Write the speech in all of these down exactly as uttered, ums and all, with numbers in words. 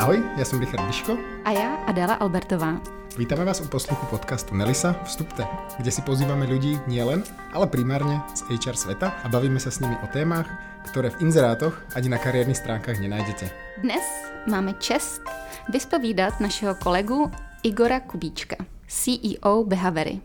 Ahoj, já jsem Richard Biško. A já Adela Albertová. Vítame vás u posluchu podcastu Nelisa Vstupte, kde si pozývame ľudí nielen, ale primárne z há er sveta a bavíme sa s nimi o témach, ktoré v inzerátoch ani na kariérnych stránkach nenájdete. Dnes máme čest vyspovídat našeho kolegu Igora Kubíčka, C E O Behavery,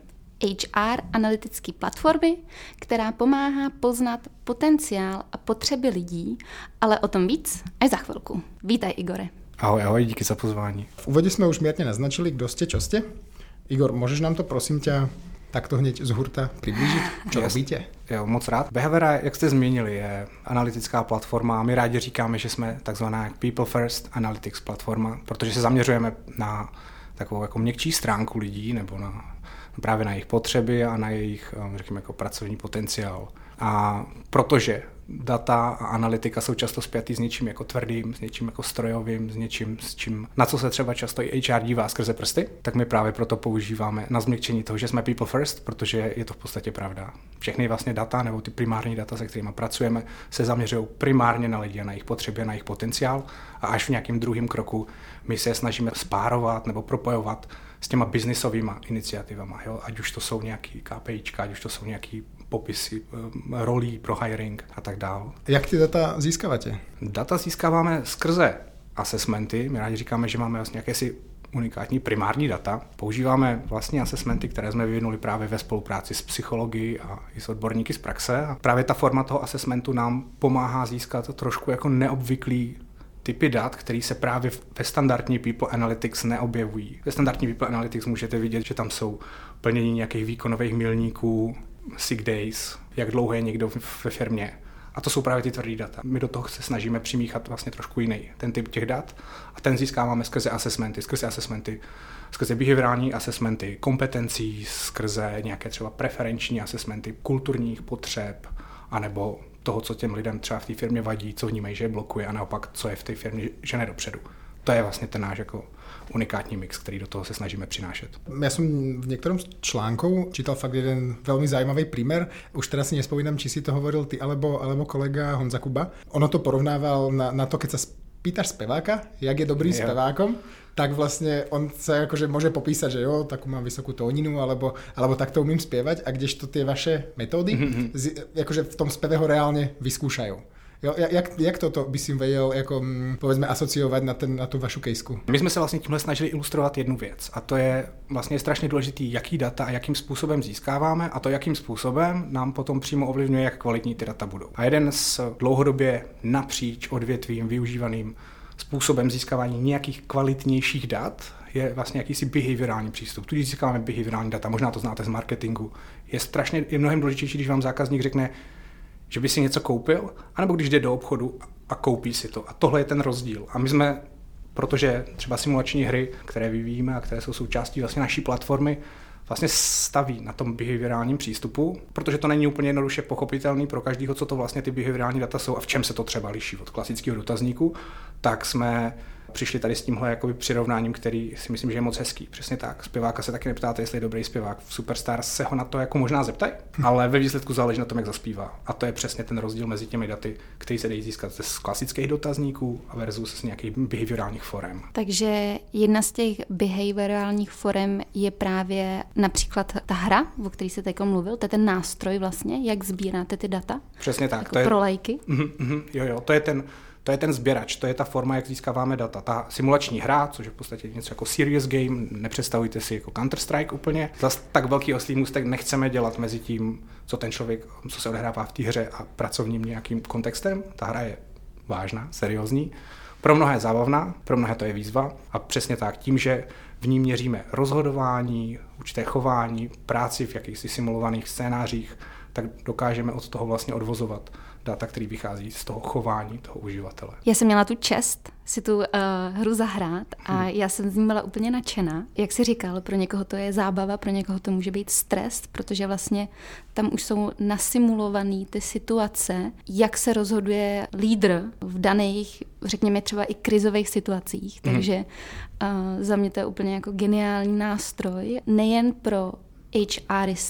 há er analytické platformy, která pomáhá poznat potenciál a potřeby lidí, ale o tom víc až za chvilku. Vítaj, Igore. Ahoj, ahoj, díky za pozvání. V úvode sme už mierne naznačili, kdo ste, čo ste. Igor, môžeš nám to prosím ťa takto hneď z hurta přiblížit? Čo robíte? Jo, moc rád. Behavera, jak jste zmínili, je analytická platforma a my rádi říkáme, že jsme takzvaná People First Analytics platforma, protože se zaměřujeme na takovou jako měkčí stránku lidí nebo na, právě na jejich potřeby a na jejich, řekněme, jako pracovní potenciál. A protože data a analytika jsou často spjatý s něčím jako tvrdým, s něčím jako strojovým, s něčím, s čím, na co se třeba často i há er dívá skrze prsty, tak my právě proto používáme na změkčení toho, že jsme people first, protože je to v podstatě pravda. Všechny vlastně data nebo ty primární data, se kterými pracujeme, se zaměřují primárně na lidi a na jejich potřeby, na jejich potenciál a až v nějakém druhém kroku my se snažíme spárovat nebo propojovat s těma biznisovýma iniciativama, jo? Ať už to jsou nějaký KPIčka, ať už to jsou nějaký popisy rolí pro hiring a tak dál. Jak ty data získáváte? Data získáváme skrze assessmenty. My rádi říkáme, že máme vlastně jakési unikátní primární data. Používáme vlastně assessmenty, které jsme vyvinuli právě ve spolupráci s psychologi a i s odborníky z praxe. A právě ta forma toho assessmentu nám pomáhá získat trošku jako neobvyklý typy dat, které se právě ve standardní People Analytics neobjevují. Ve standardní People Analytics můžete vidět, že tam jsou plnění nějakých výkonových milníků, sick days, jak dlouho je někdo ve firmě. A to jsou právě ty tvrdý data. My do toho se snažíme přimíchat vlastně trošku jiný ten typ těch dat a ten získáváme skrze assessmenty, skrze assessmenty, skrze behaviorální assessmenty, kompetencí, skrze nějaké třeba preferenční assessmenty kulturních potřeb, anebo toho, co těm lidem třeba v té firmě vadí, co vnímají, že je blokuje a naopak, co je v té firmě žene dopředu. To je vlastně ten náš jako unikátní mix, který do toho se snažíme přinášet. Ja som v niektorom z článkov čítal fakt jeden veľmi zaujímavý prímer. Už teraz si nespomínam, či si to hovoril ty alebo, alebo kolega Honza Kuba. Ono to porovnával na, na to, keď sa pýtaš speváka, jak je dobrý jo. spevákom, tak vlastne on sa akože môže popísať, že jo, takú mám vysokú tóninu, alebo, alebo takto umím spievať, a kdežto tie vaše metódy mm-hmm. z, akože v tom speve ho reálne vyskúšajú. Jo, jak, jak toto by si vedel jako, povedzme, asociovat na, ten, na tu vašu kejsku? My jsme se vlastně tímhle snažili ilustrovat jednu věc a to je vlastně strašně důležitý, jaký data a jakým způsobem získáváme a to, jakým způsobem nám potom přímo ovlivňuje, jak kvalitní ty data budou. A jeden z dlouhodobě napříč odvětvím využívaným způsobem získávání nějakých kvalitnějších dat je vlastně jakýsi behaviorální přístup. Tudíž získáváme behaviorální data, možná to znáte z marketingu. Je strašně, je mnohem důležitější, když vám zákazník řekne, že by si něco koupil, anebo když jde do obchodu a koupí si to. A tohle je ten rozdíl. A my jsme, protože třeba simulační hry, které vyvíjíme a které jsou součástí vlastně naší platformy, vlastně staví na tom behaviorálním přístupu, protože to není úplně jednoduše pochopitelný pro každého, co to vlastně ty behaviorální data jsou a v čem se to třeba liší od klasického dotazníku, tak jsme přišli tady s tímhle jakoby přirovnáním, který si myslím, že je moc hezký. Přesně tak. Zpěváka se taky neptáte, jestli je dobrý zpěvák. V Superstars se ho na to jako možná zeptají, ale ve výsledku záleží na tom, jak zaspívá. A to je přesně ten rozdíl mezi těmi daty, který se dají získat z klasických dotazníků a versus z nějakých behaviorálních forem. Takže jedna z těch behaviorálních forem je právě například ta hra, o které se teď mluvil, to je ten nástroj vlastně, jak sbíráte ty data. Přesně tak. Jako to je pro lajky. Mm, mm, jo, jo, to je ten To je ten sběrač, to je ta forma, jak získáváme data. Ta simulační hra, což je v podstatě něco jako serious game, nepředstavujte si jako Counter-Strike úplně. Zas tak velký oslý můstek nechceme dělat mezi tím, co ten člověk, co se odehrává v té hře a pracovním nějakým kontextem. Ta hra je vážná, seriózní, pro mnohé zábavná, pro mnohé to je výzva a přesně tak tím, že v ní měříme rozhodování, určité chování, práci v jakýchsi simulovaných scénářích, tak dokážeme od toho vlastně odvozovat data, který vychází z toho chování toho uživatele. Já jsem měla tu čest si tu uh, hru zahrát a hmm. já jsem z ní byla úplně nadšená. Jak jsi říkal, pro někoho to je zábava, pro někoho to může být stres, protože vlastně tam už jsou nasimulované ty situace, jak se rozhoduje lídr v daných, řekněme třeba i krizových situacích. Hmm. Takže uh, za mě to je úplně jako geniální nástroj, nejen pro HRisty,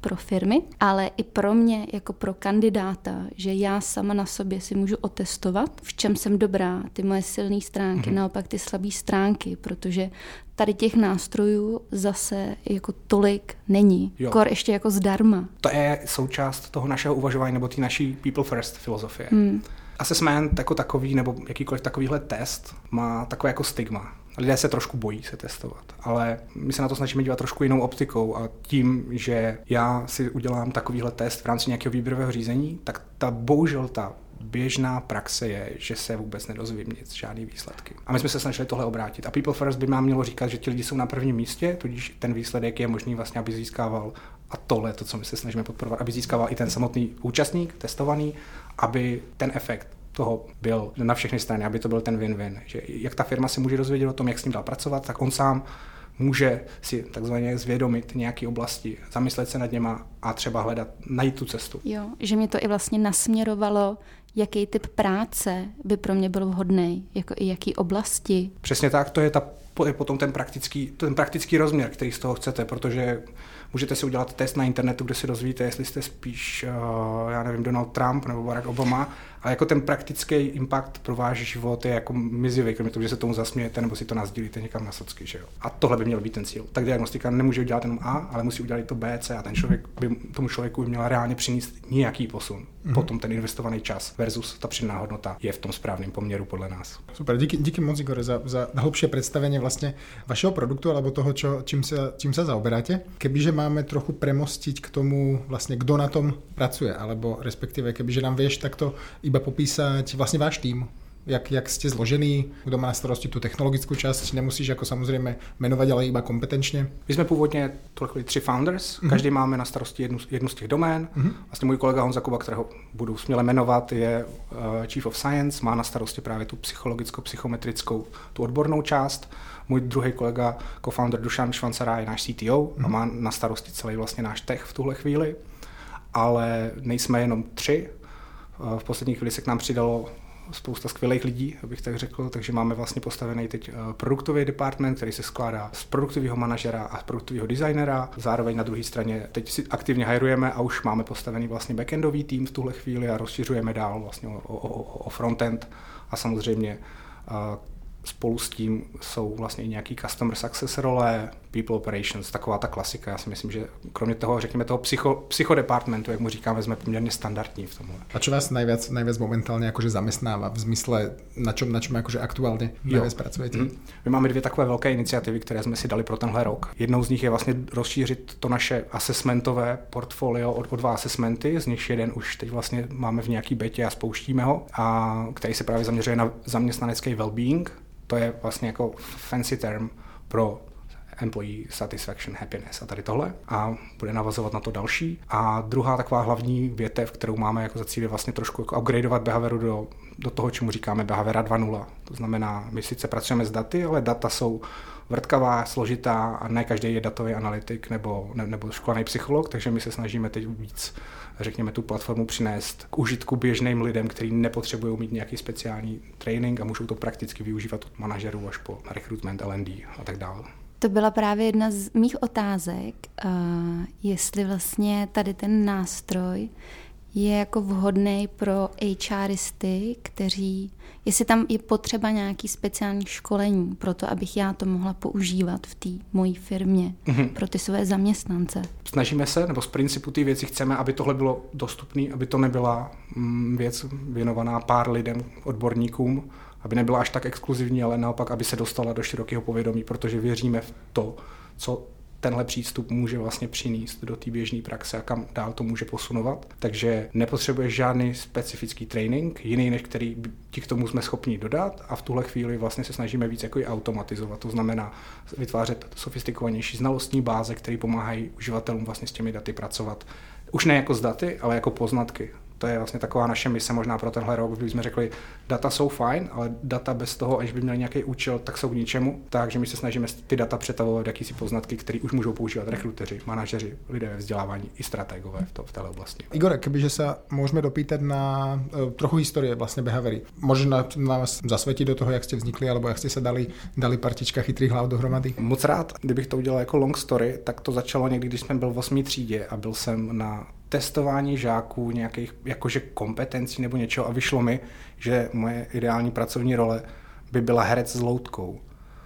pro firmy, ale i pro mě jako pro kandidáta, že já sama na sobě si můžu otestovat, v čem jsem dobrá, ty moje silné stránky, mm-hmm. naopak ty slabé stránky, protože tady těch nástrojů zase jako tolik není. Jo. Kor ještě jako zdarma. To je součást toho našeho uvažování nebo té naší people first filozofie. Hmm. Assessment jako takový nebo jakýkoliv takovýhle test má takové jako stigma. Lidé se trošku bojí se testovat, ale my se na to snažíme dívat trošku jinou optikou a tím, že já si udělám takovýhle test v rámci nějakého výběrového řízení, tak ta bohužel ta běžná praxe je, že se vůbec nedozvím nic, žádný výsledky. A my jsme se snažili tohle obrátit. A People First by nám mělo říkat, že ti lidi jsou na prvním místě, tudíž ten výsledek je možný vlastně, aby získával, a tohle je to, co my se snažíme podporovat, aby získával i ten samotný účastník, testovaný, aby ten efekt toho byl na všechny strany, aby to byl ten win-win. Že jak ta firma se může dozvědět o tom, jak s ním dál pracovat, tak on sám může si takzvaně zvědomit nějaké oblasti, zamyslet se nad něma a třeba hledat, najít tu cestu. Jo, že mě to i vlastně nasměrovalo, jaký typ práce by pro mě byl vhodný, jako i jaký oblasti. Přesně tak, to je ta, potom ten praktický, ten praktický rozměr, který z toho chcete, protože můžete si udělat test na internetu, kde si dozvíte, jestli jste spíš, já nevím, Donald Trump nebo Barack Obama, ale jako ten praktický impact pro váš život je jako mizivý, kromě toho, že se tomu zasmějete nebo si to nasdílíte někam na socky, že jo. A tohle by měl být ten cíl. Tak diagnostika nemůže udělat jenom A, ale musí udělat i to B, C a ten člověk by tomu člověku by měla reálně přinést nějaký posun. Mm-hmm. Potom ten investovaný čas versus ta přidaná hodnota je v tom správném poměru podle nás. Super, díky, díky moc, Igore, za, za hlubšie predstavenie vlastne vašeho produktu alebo toho, čo, čím, sa, čím sa zaoberáte. Kebyže máme trochu premostiť k tomu, vlastne kto na tom pracuje, alebo respektíve kebyže nám vieš takto iba popísať vlastne váš tým, jak, jak ste zložený, kdo má na starosti tu technologickú časť, nemusíš ako samozrejme menovať, ale iba kompetenčne. My jsme původně tolik tři founders, mm-hmm. každý máme na starosti jednu, jednu z těch domén. Mm-hmm. Vlastně můj kolega Honza Kuba, kterého budu směle jmenovat, je uh, Chief of Science, má na starosti právě tu psychologicko-psychometrickou, tu odbornou část. Můj druhý kolega, co-founder Dušan Švancara, je náš C T O mm-hmm. a má na starosti celý vlastně náš tech v tuhle chvíli. Ale nejsme jenom tři. Uh, v poslední chvíli se k nám přidalo spousta skvělých lidí, abych tak řekl, takže máme vlastně postavený teď produktový department, který se skládá z produktového manažera a z produktového designera. Zároveň na druhé straně teď si aktivně hajrujeme a už máme postavený vlastně backendový tým v tuhle chvíli a rozšiřujeme dál vlastně o, o, o frontend a samozřejmě spolu s tím jsou vlastně i nějaký customer success role, people operations, taková ta klasika. Já si myslím, že kromě toho, řekněme toho psycho, psychodepartmentu, jak mu říkáme, jsme poměrně standardní v tomhle. A čo vás najviac, najviac momentálně jakože zaměstnává v zmysle, na čom, na čom jakože aktuálně najviac pracujete? Mm. My máme dvě takové velké iniciativy, které jsme si dali pro tenhle rok. Jednou z nich je vlastně rozšířit to naše assessmentové portfolio o, o dva assessmenty, z nich jeden už teď vlastně máme v nějaký betě a spouštíme ho, a který se právě zaměřuje na zaměstnanecký well-being. To je vlastně jako fancy term pro employee satisfaction, happiness a tady tohle. A bude navazovat na to další. A druhá taková hlavní větev, kterou máme jako za cíl, je vlastně trošku jako upgradeovat behavioru do, do toho, čemu říkáme behaviora dva tečka nula. To znamená, my sice pracujeme s daty, ale data jsou vrtkavá, složitá a ne každý je datový analytik nebo, ne, nebo školený psycholog, takže my se snažíme teď víc, řekněme, tu platformu přinést k užitku běžným lidem, kteří nepotřebují mít nějaký speciální training a můžou to prakticky využívat od manažerů až po recruitment, L and D a tak dále. To byla právě jedna z mých otázek, uh, jestli vlastně tady ten nástroj je jako vhodný pro HRisty, kteří, jestli tam je potřeba nějaký speciální školení pro to, abych já to mohla používat v té mojí firmě, mm-hmm. pro ty své zaměstnance. Snažíme se, nebo z principu té věci chceme, aby tohle bylo dostupné, aby to nebyla mm, věc věnovaná pár lidem, odborníkům, aby nebyla až tak exkluzivní, ale naopak, aby se dostala do širokého povědomí, protože věříme v to, co tenhle přístup může vlastně přinést do té běžné praxe a kam dál to může posunovat. Takže nepotřebuješ žádný specifický trénink, jiný, než který ti k tomu jsme schopni dodat, a v tuhle chvíli vlastně se snažíme víc jako i automatizovat. To znamená vytvářet sofistikovanější znalostní báze, které pomáhají uživatelům vlastně s těmi daty pracovat. Už ne jako s daty, ale jako poznatky. To je vlastně taková naše mise možná pro tenhle rok, kdy jsme řekli, data jsou fajn, ale data bez toho, aniž by měli nějaký účel, tak jsou k ničemu. Takže my se snažíme ty data přetavovat jakýsi poznatky, které už můžou používat rekruteři, manažeři, lidé ve vzdělávání i strategové v, to, v této oblasti. Igor, kebyže sa môžeme dopýtať na uh, trochu historie vlastne Behaviory. Môžeš na, nás zasvětit do toho, jak jste vznikli, alebo jak jste se dali, dali partička chytrých hlav dohromady? Moc rád, kdybych to udělal jako long story, tak to začalo někdy, když jsem byl v osmé třídě a byl jsem na testování žáků nějakých jakože kompetencí nebo něčeho a vyšlo mi, že moje ideální pracovní role by byla herec s loutkou.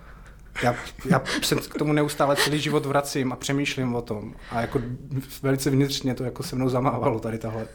Já, já se k tomu neustále celý život vracím a přemýšlím o tom a jako velice vnitřně to jako se mnou zamávalo tady tahle.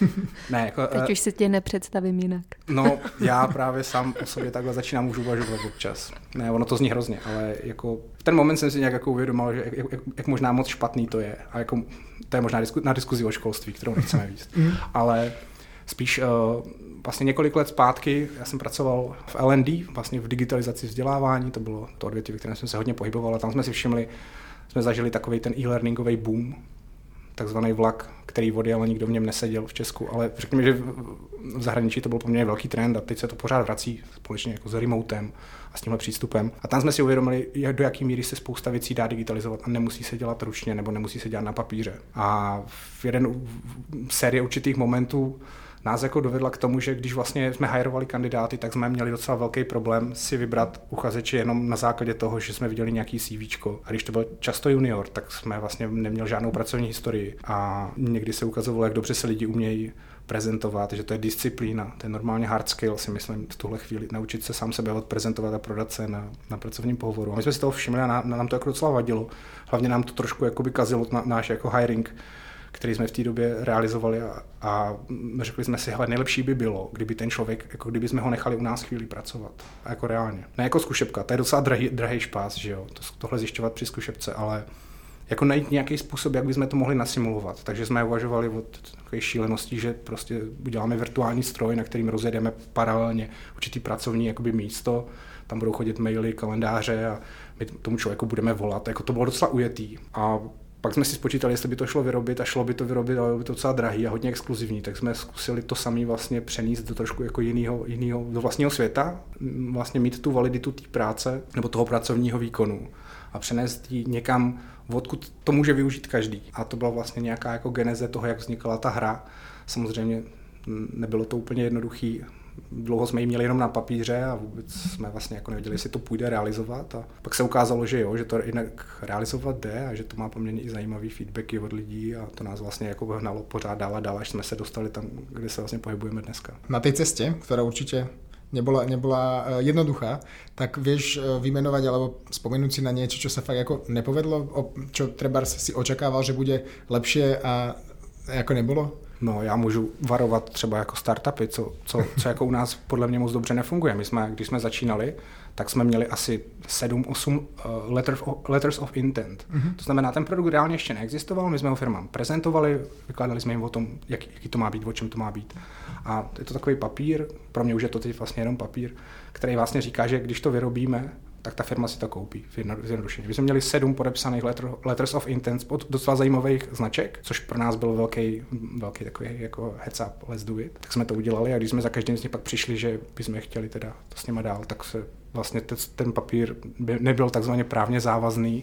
Ne, jako, Teď uh, už si tě nepředstavím jinak. No, já právě sám o sobě takhle začínám už uvažovat občas. Ne, ono to zní hrozně, ale jako v ten moment jsem si nějak jako uvědomil, že jak, jak, jak možná moc špatný to je. A jako to je možná disku, na diskuzi o školství, kterou nechceme víc. Ale spíš uh, vlastně několik let zpátky, já jsem pracoval v L and D, vlastně v digitalizaci vzdělávání, to bylo to odvětví, ve kterém jsem se hodně pohyboval a tam jsme si všimli, jsme zažili takový ten e-learningový boom, takzvaný vlak, který odjel a nikdo v něm neseděl v Česku, ale řekněme, že v zahraničí to byl poměrně velký trend a teď se to pořád vrací společně jako s remotem a s tímhle přístupem. A tam jsme si uvědomili, do jaký míry se spousta věcí dá digitalizovat a nemusí se dělat ručně nebo nemusí se dělat na papíře. A v jeden v série určitých momentů nás jako dovedla k tomu, že když vlastně jsme hajrovali kandidáty, tak jsme měli docela velký problém si vybrat uchazeče jenom na základě toho, že jsme viděli nějaký CVčko. A když to byl často junior, tak jsme vlastně neměli žádnou pracovní historii. A někdy se ukazovalo, jak dobře se lidi umějí prezentovat, že to je disciplína, to je normálně hard skill, si myslím v tuhle chvíli, naučit se sám sebe odprezentovat a prodat se na, na pracovním pohovoru. A my jsme si toho všimli a na, na nám to jako docela vadilo. Hlavně nám to trošku jakoby kazilo na, náš jako hiring, který jsme v té době realizovali a, a řekli jsme si, hele, nejlepší by bylo, kdyby ten člověk, jako kdyby jsme ho nechali u nás chvíli pracovat. A jako reálně. Ne jako zkušebka, to je docela drahý, drahý špás, že jo, to, tohle zjišťovat při zkušebce, ale jako najít nějaký způsob, jak bychom to mohli nasimulovat. Takže jsme uvažovali o takové šílenosti, že prostě uděláme virtuální stroj, na kterým rozjedeme paralelně určitý pracovní jakoby místo, tam budou chodit maily, kalendáře a my tomu člověku budeme volat. Jako to bylo docela ujetý. A pak jsme si spočítali, jestli by to šlo vyrobit a šlo by to vyrobit, ale by to docela drahý a hodně exkluzivní, tak jsme zkusili to samý vlastně přenést do trošku jako jinýho, jinýho, do vlastního světa, vlastně mít tu validitu té práce nebo toho pracovního výkonu a přenést ji někam, odkud to může využít každý. A to byla vlastně nějaká jako geneze toho, jak vznikala ta hra. Samozřejmě nebylo to úplně jednoduchý. Dlouho jsme ji měli jenom na papíře a vůbec jsme vlastně jako nevěděli, jestli to půjde realizovat. A pak se ukázalo, že jo, že to jinak realizovat jde a že to má poměrně i zajímavý feedbacky od lidí a to nás vlastně jako hnalo pořád dál a dál, až jsme se dostali tam, kde se vlastně pohybujeme dneska. Na tej ceste, ktorá určite nebola, nebola jednoduchá, tak vieš vymenovať alebo spomenúť si na niečo, čo sa fakt ako nepovedlo, čo treba si očakával, že bude lepšie a jako nebylo? No, já můžu varovat třeba jako startupy, co, co, co jako u nás podle mě moc dobře nefunguje. My jsme, když jsme začínali, tak jsme měli asi sedm osm uh, letters, of, letters of intent. Mm-hmm. To znamená, ten produkt reálně ještě neexistoval, my jsme ho firmám prezentovali, vykládali jsme jim o tom, jak, jaký to má být, o čem to má být. A je to takový papír, pro mě už je to teď vlastně jenom papír, který vlastně říká, že když to vyrobíme, tak ta firma si to koupí v jednodušení. My jsme měli sedm podepsaných letter, letters of intent od docela zajímavých značek, což pro nás byl velký, velký takový jako heads up, let's do it. Tak jsme to udělali a když jsme za každým z nich pak přišli, že bychom chtěli teda to s nima dál, tak se vlastně ten papír nebyl takzvaně právně závazný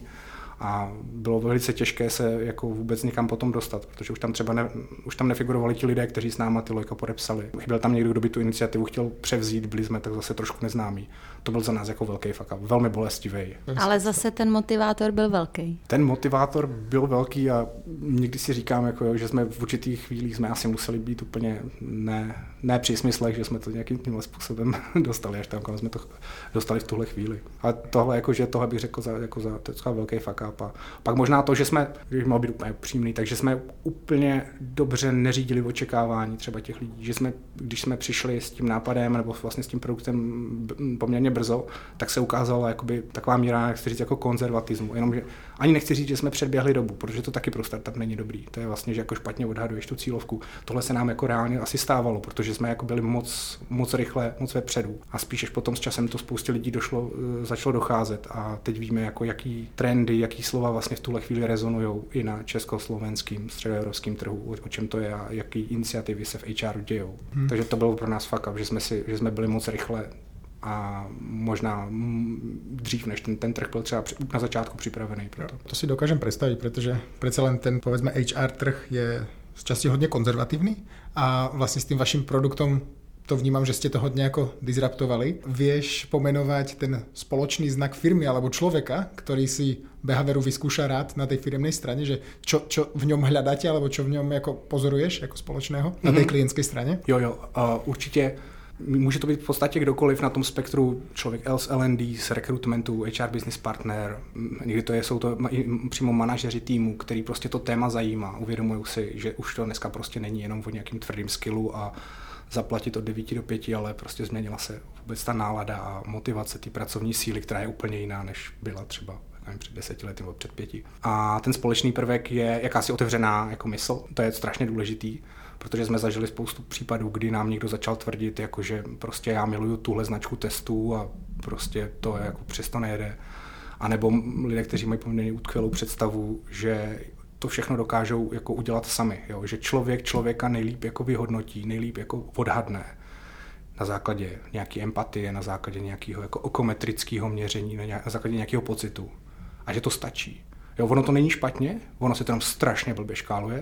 a bylo velice těžké se jako vůbec někam potom dostat, protože už tam třeba ne, už tam nefigurovali ti lidé, kteří s náma ty lojka podepsali. Chyběl tam někdo, kdo by tu iniciativu chtěl převzít, byli jsme tak zase trošku neznámí. To byl za nás jako velký fuck up, velmi bolestivý. Ale zase ten motivátor byl velký. Ten motivátor byl velký a někdy si říkám, jako, že jsme v určitých chvílích jsme asi museli být úplně ne, ne při smyslech, že jsme to nějakým tímhle způsobem dostali, až tam, kam jsme to dostali v tuhle chvíli. Ale tohle, jako, že tohle bych řekl za, jako za to velký fuck up. A pak možná to, že jsme, když mohl být úplně přímý, takže jsme úplně dobře neřídili očekávání třeba těch lidí, že jsme, když jsme přišli s tím nápadem nebo vlastně s tím produktem poměrně brzo, tak se ukázala jakoby taková míra, jak chci říct, jako konzervatismu. Jenomže ani nechci říct, že jsme předběhli dobu, protože to taky pro startup není dobrý. To je vlastně, že jako špatně odhaduješ tu cílovku. Tohle se nám jako reálně asi stávalo, protože jsme jako byli moc, moc rychle, moc vepředu. A spíš až potom s časem to spoustě lidí došlo, začalo docházet a teď víme, jako jaký trendy, jaký jaký slova vlastně v tuhle chvíli rezonují i na československým, středoevropským trhu, o čem to je a jaký iniciativy se v H R dějou. Hmm. Takže to bylo pro nás fuck up, že jsme, si, že jsme byli moc rychle a možná dřív, než ten, ten trh byl třeba na začátku připravený. Proto. To si dokážem predstaviť, pretože predsa len ten, povedzme, H R trh je z časti hodne konzervatívny a vlastne s tým vašim produktom to vnímam, že ste to hodne ako disruptovali. Vieš pomenovať ten spoločný znak firmy alebo človeka, ktorý si behaveru vyskúša rád na tej firemnej strane, že čo, čo v ňom hľadáte alebo čo v ňom ako pozoruješ ako spoločného na tej klientskej strane? Jo, jo, uh, určitě. Může to být v podstatě kdokoliv na tom spektru, člověk z L and D, z recruitmentu, H R business partner, někdy to je, jsou to přímo manažeři týmu, který prostě to téma zajímá, uvědomují si, že už to dneska prostě není jenom o nějakým tvrdým skillu a zaplatit od devíti do pěti, ale prostě změnila se vůbec ta nálada a motivace té pracovní síly, která je úplně jiná, než byla třeba nevím, před deseti lety nebo před pěti. A ten společný prvek je jakási otevřená jako mysl, to je strašně důležitý, protože jsme zažili spoustu případů, kdy nám někdo začal tvrdit, jako že prostě já miluju tuhle značku testů a prostě to jako přesto nejede. A nebo lidé, kteří mají poměrně utkvělou představu, že to všechno dokážou jako udělat sami, jo? Že člověk člověka nejlíp jako vyhodnotí, nejlíp jako odhadne na základě nějaké empatie, na základě nějakého jako okometrického měření, na základě nějakého pocitu. A že to stačí. Jo, ono to není špatně, ono se to tam strašně blbě škáluje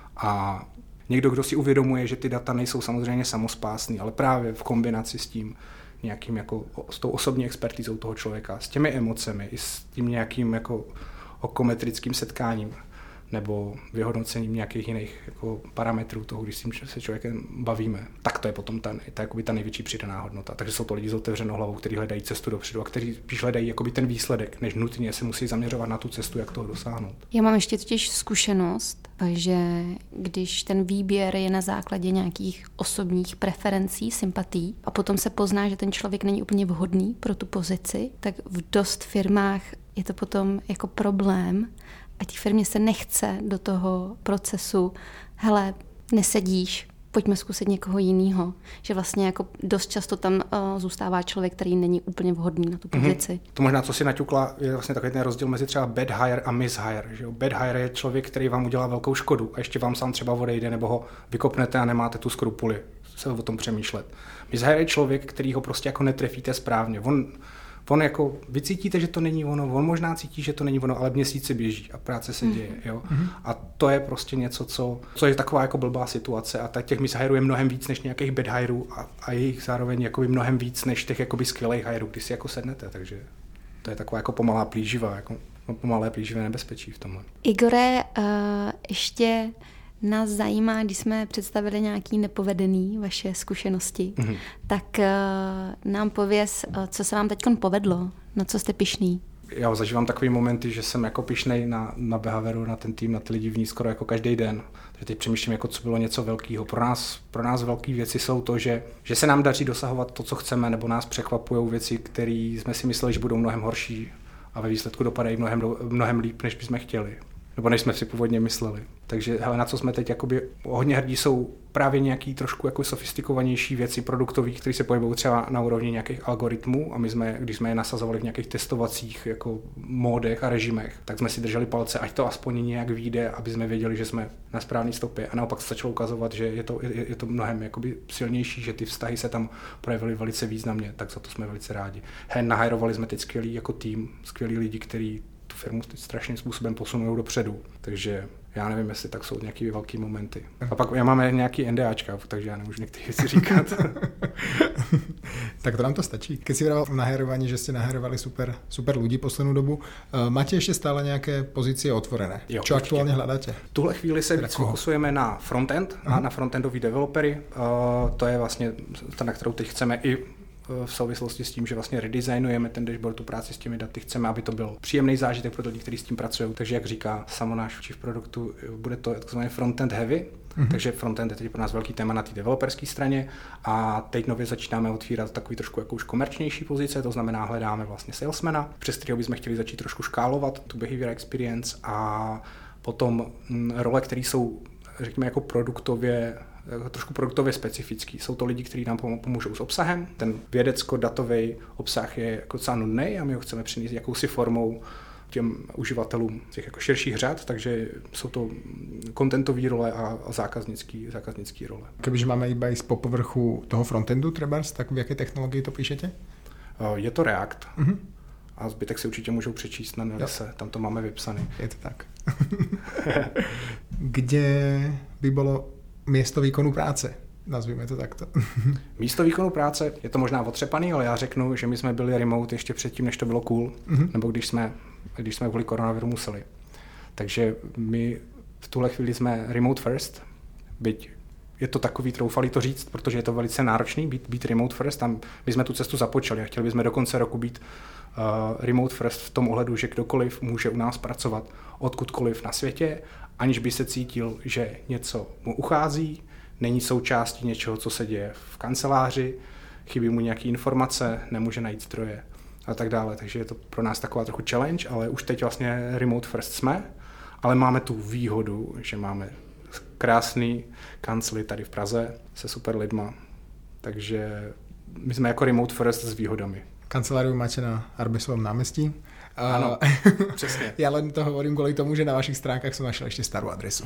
a někdo, kdo si uvědomuje, že ty data nejsou samozřejmě samospásný, ale právě v kombinaci s tím nějakým jako, s tou osobní expertizou toho člověka, s těmi emocemi, i s tím nějakým jako okometrickým setkáním nebo vyhodnocením nějakých jiných jako parametrů toho, když s tím se člověkem bavíme, tak to je potom ta, ta, jakoby ta největší přidaná hodnota. Takže jsou to lidi s otevřenou hlavou, kteří hledají cestu dopředu a kteří spíš hledají jakoby ten výsledek, než nutně se musí zaměřovat na tu cestu, jak toho dosáhnout. Já mám ještě totiž zkušenost, že když ten výběr je na základě nějakých osobních preferencí, sympatí a potom se pozná, že ten člověk není úplně vhodný pro tu pozici, tak v dost firmách je to potom jako problém, a té firmě se nechce do toho procesu, hele, nesedíš, pojďme zkusit někoho jiného. Že vlastně jako dost často tam uh, zůstává člověk, který není úplně vhodný na tu pozici. Mm-hmm. To možná, co si naťukla, je vlastně takový ten rozdíl mezi třeba bad hire a mishire. Že jo? Bad hire je člověk, který vám udělá velkou škodu a ještě vám sám třeba odejde nebo ho vykopnete a nemáte tu skrupuli se o tom přemýšlet. Mishire je člověk, který ho prostě jako netrefíte správně. On On jako, vy cítíte, že to není ono, on možná cítí, že to není ono, ale měsíce běží a práce se děje, jo. Mm-hmm. A to je prostě něco, co, co je taková jako blbá situace a tak těch mishirů je mnohem víc než nějakých bad hirů a, a je jich zároveň jakoby mnohem víc než těch jakoby skvělých hirů, když si jako sednete, takže to je taková jako pomalá plíživa, jako pomalé plíživé nebezpečí v tomhle. Igore, uh, ještě nás zajímá, když jsme představili nějaký nepovedený vaše zkušenosti, mm-hmm. tak uh, nám pověz, uh, co se vám teďkon povedlo, na co jste pyšný. Já zažívám takový momenty, že jsem jako pyšnej na, na Behaveru, na ten tým, na ty lidi v ní skoro jako každý den. Takže teď přemýšlím, jako co bylo něco velkého. Pro nás, pro nás velké věci jsou to, že, že se nám daří dosahovat to, co chceme, nebo nás překvapují věci, které jsme si mysleli, že budou mnohem horší a ve výsledku dopadají mnohem, mnohem líp, než bychom chtěli. Nebo než jsme si původně mysleli. Takže hele, na co jsme teď jakoby hodně hrdí, jsou právě nějaký trošku jako sofistikovanější věci produktových, které se pohybují třeba na úrovni nějakých algoritmů a my jsme, když jsme je nasazovali v nějakých testovacích jako módech a režimech, tak jsme si drželi palce, ať to aspoň nějak vyjde, aby jsme věděli, že jsme na správné stopě. A naopak se začalo ukazovat, že je to, je, je to mnohem jakoby silnější, že ty vztahy se tam projevily velice významně, tak za to jsme velice rádi. Hen, nahajrovali jsme teď skvělý jako tým, skvělí lidi, kteří tu firmu strašným způsobem posunují dopředu. Takže já nevím, jestli tak jsou nějaký velký momenty. A pak já máme nějaký NDAčka, takže já nemůžu některé věci říkat. Tak to nám to stačí. Keď si vravel v nahajrovaní, že ste nahajrovali super, super ľudí poslednú dobu, máte ešte stále nejaké pozície otvorené? Jo, čo určitě. Aktuálne hľadáte? V tuhle chvíli se víc fokusujeme na frontend, uh-huh. na frontendový developery. Uh, to je vlastně ta, na kterou teď chceme i v souvislosti s tím, že vlastně redesignujeme ten dashboard, tu práci s těmi daty, chceme, aby to byl příjemný zážitek pro lidi, kteří s tím pracují. Takže jak říká samo náš chief produktu, bude to takzvané frontend heavy, mm-hmm. takže frontend je teď pro nás velký téma na té developerské straně a teď nově začínáme otvírat takový trošku jako už komerčnější pozice, to znamená hledáme vlastně salesmana, přes kterého bychom chtěli začít trošku škálovat tu behavior experience a potom role, které jsou, řekněme, jako produktově trošku produktově specifický. Jsou to lidi, kteří nám pomůžou s obsahem. Ten vědecko-datový obsah je jako docela nudný a my ho chceme přinést jakousi formou těm uživatelům těch jako širších řad, takže jsou to contentové role a zákaznický, zákaznický role. Kebyže máme iba ísť po povrchu toho frontendu trebárs, tak v jaké technologii to píšete? Je to React. Uh-huh. A zbytek si určitě můžou přečíst na Nelise, tam to máme vypsané. Je to tak. Kde by bylo miesto výkonu práce? Nazvíme to takto. Místo výkonu práce je to možná otřepaný, ale já řeknu, že my jsme byli remote ještě předtím, než to bylo cool, uh-huh. nebo když jsme, když jsme kvůli koronaviru museli. Takže my v tuhle chvíli jsme remote first, byť je to takový troufalý to říct, protože je to velice náročný být, být remote first. Tam my jsme tu cestu započali a chtěli bychom do konce roku být uh, remote first v tom ohledu, že kdokoliv může u nás pracovat odkudkoliv na světě, aniž by se cítil, že něco mu uchází, není součástí něčeho, co se děje v kanceláři, chybí mu nějaké informace, nemůže najít zdroje a tak dále. Takže je to pro nás taková trochu challenge, ale už teď vlastně remote first jsme, ale máme tu výhodu, že máme krásný kancely tady v Praze se super lidma, takže my jsme jako remote first s výhodami. Kanceláriu máte na Arbesovom námestí. Ano, přesně. Já len to hovorím kvůli tomu, že na vašich stránkách jsem našel ještě starou adresu.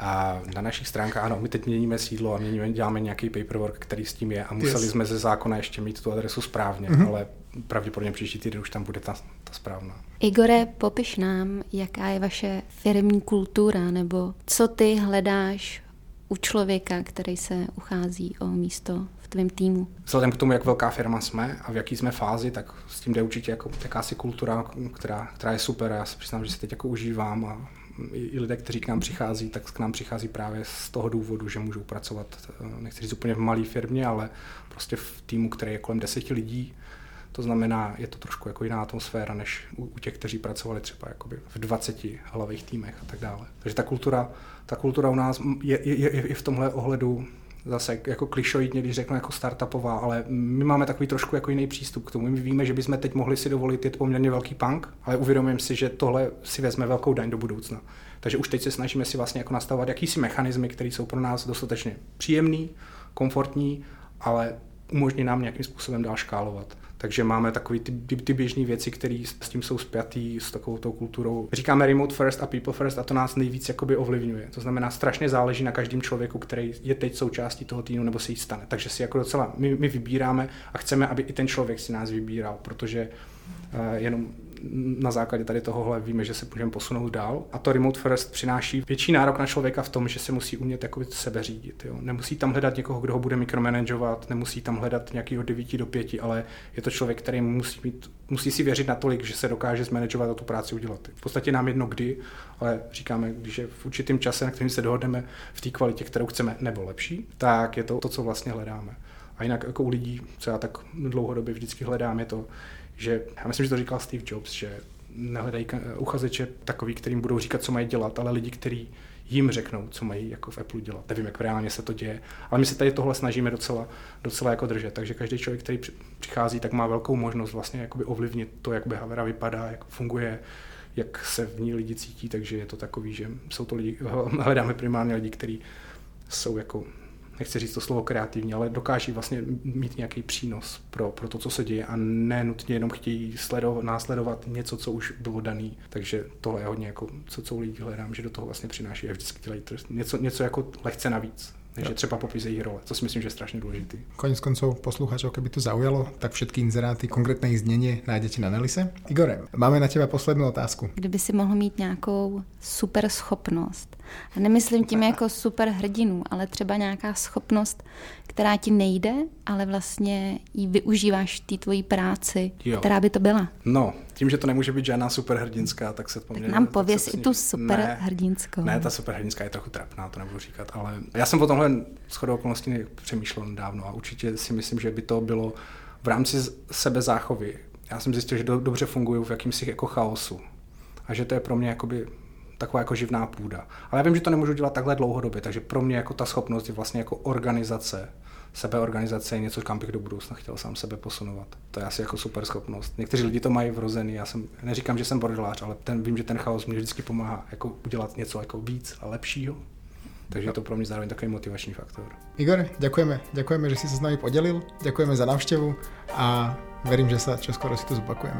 A na našich stránkách, ano, my teď měníme sídlo a měníme, děláme nějaký paperwork, který s tím je a museli yes. jsme ze zákona ještě mít tu adresu správně, mm-hmm. ale pravděpodobně příští týden už tam bude ta, ta správná. Igore, popiš nám, jaká je vaše firemní kultura, nebo co ty hledáš u člověka, který se uchází o místo v tvém týmu? Vzhledem k tomu, jak velká firma jsme a v jaký jsme fázi, tak s tím jde určitě jako jakási kultura, která, která je super. Já se přiznám, že se teď jako užívám a i lidé, kteří k nám přichází, tak k nám přichází právě z toho důvodu, že můžou pracovat, nechci říct úplně v malé firmě, ale prostě v týmu, který je kolem deseti lidí. To znamená, je to trošku jako jiná atmosféra, než u, u těch, kteří pracovali třeba jakoby v dvaceti hlavých týmech a tak dále. Takže ta kultura, ta kultura u nás je, je, je, je v tomhle ohledu zase jako klišoidně, když řeknu jako startupová, ale my máme takový trošku jako jiný přístup k tomu. My víme, že bychom teď mohli si dovolit jít poměrně velký punk, ale uvědomujeme si, že tohle si vezme velkou daň do budoucna. Takže už teď se snažíme si vlastně jako nastavovat jakýsi mechanismy, které jsou pro nás dostatečně příjemný, komfortní, ale umožní nám nějakým způsobem dál škálovat. Takže máme takové ty, ty, ty běžné věci, které s tím jsou spjatý s takovou tou kulturou. Říkáme remote first a people first a to nás nejvíc jakoby ovlivňuje. To znamená, strašně záleží na každém člověku, který je teď součástí toho týmu nebo se jí stane. Takže si jako docela my, my vybíráme a chceme, aby i ten člověk si nás vybíral, protože uh, jenom na základě tady tohohle víme, že se můžeme posunout dál. A to remote first přináší větší nárok na člověka v tom, že se musí umět jakoby sebe řídit. Jo. Nemusí tam hledat někoho, kdo ho bude mikromanagovat, nemusí tam hledat nějakého devíti do pěti, ale je to člověk, který musí, mít, musí si věřit natolik, že se dokáže zmanagovat a tu práci udělat. V podstatě nám jedno kdy, ale říkáme, když je v určitém čase, na kterým se dohodneme v té kvalitě, kterou chceme, nebo lepší, tak je to to, co vlastně hledáme. A jinak jako u lidí, co já tak dlouhodobě vždycky hledám, je to, že já myslím, že to říkal Steve Jobs, že nehledají uchazeče takový, kterým budou říkat, co mají dělat, ale lidi, kteří jim řeknou, co mají jako v Apple dělat. Nevím, jak reálně se to děje, ale my se tady tohle snažíme docela, docela jako držet. Takže každý člověk, který přichází, tak má velkou možnost vlastně jakoby ovlivnit to, jak Behavera vypadá, jak funguje, jak se v ní lidi cítí, takže je to takový, že jsou to lidi, hledáme primárně lidi, kteří jsou jako, nechci říct to slovo kreativní, ale dokáží vlastně mít nějaký přínos pro, pro to, co se děje a ne nutně jenom chtějí sledovat, následovat něco, co už bylo daný. Takže tohle je hodně jako, co, co u lidí hledám, že do toho vlastně přináší a vždycky dělají něco, něco jako lehce navíc. Takže třeba popis jejich role, co si myslím, že je strašně důležitý. Konec koncov posluchačov, keby to zaujalo, tak všetky inzeráty, konkrétne ich znenie nájdete na Nelise. Igore, máme na teba poslední otázku. Kdyby si mohl mít nějakou super schopnost, a nemyslím tím jako super hrdinu, ale třeba nějaká schopnost, která ti nejde, ale vlastně ji využíváš v té tvojí práci, jo. Která by to byla? No, tím, že to nemůže být žádná superhrdinská, tak se poměrně... Tak nám pověz i tu superhrdinskou. Ne, ne, ta superhrdinská je trochu trapná, to nebudu říkat, ale já jsem o tomhle shodou okolností přemýšlel nedávno a určitě si myslím, že by to bylo v rámci sebezáchovy. Já jsem zjistil, že do, dobře fungují v jakýmsi jako chaosu a že to je pro mě jakoby taková jako živná půda. Ale já vím, že to nemůžu dělat takhle dlouhodobě, takže pro mě jako ta schopnost je vlastně jako organizace, sebeorganizace je něco, kam bych do budoucna chtěl sám sebe posunovat. To je asi jako super schopnost. Někteří lidi to mají vrozený, já jsem, neříkám, že jsem bordelář, ale ten, vím, že ten chaos mě vždycky pomáhá jako udělat něco jako víc a lepšího. Takže je to pro mě zároveň takový motivační faktor. Igor, ďakujeme. Ďakujeme, že si sa s nami podelil. Ďakujeme za návštevu a verím, že sa čoskoro si to zopakujeme.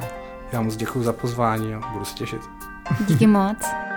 Já moc děkuji za pozvání a budu se těšit. Díky moc.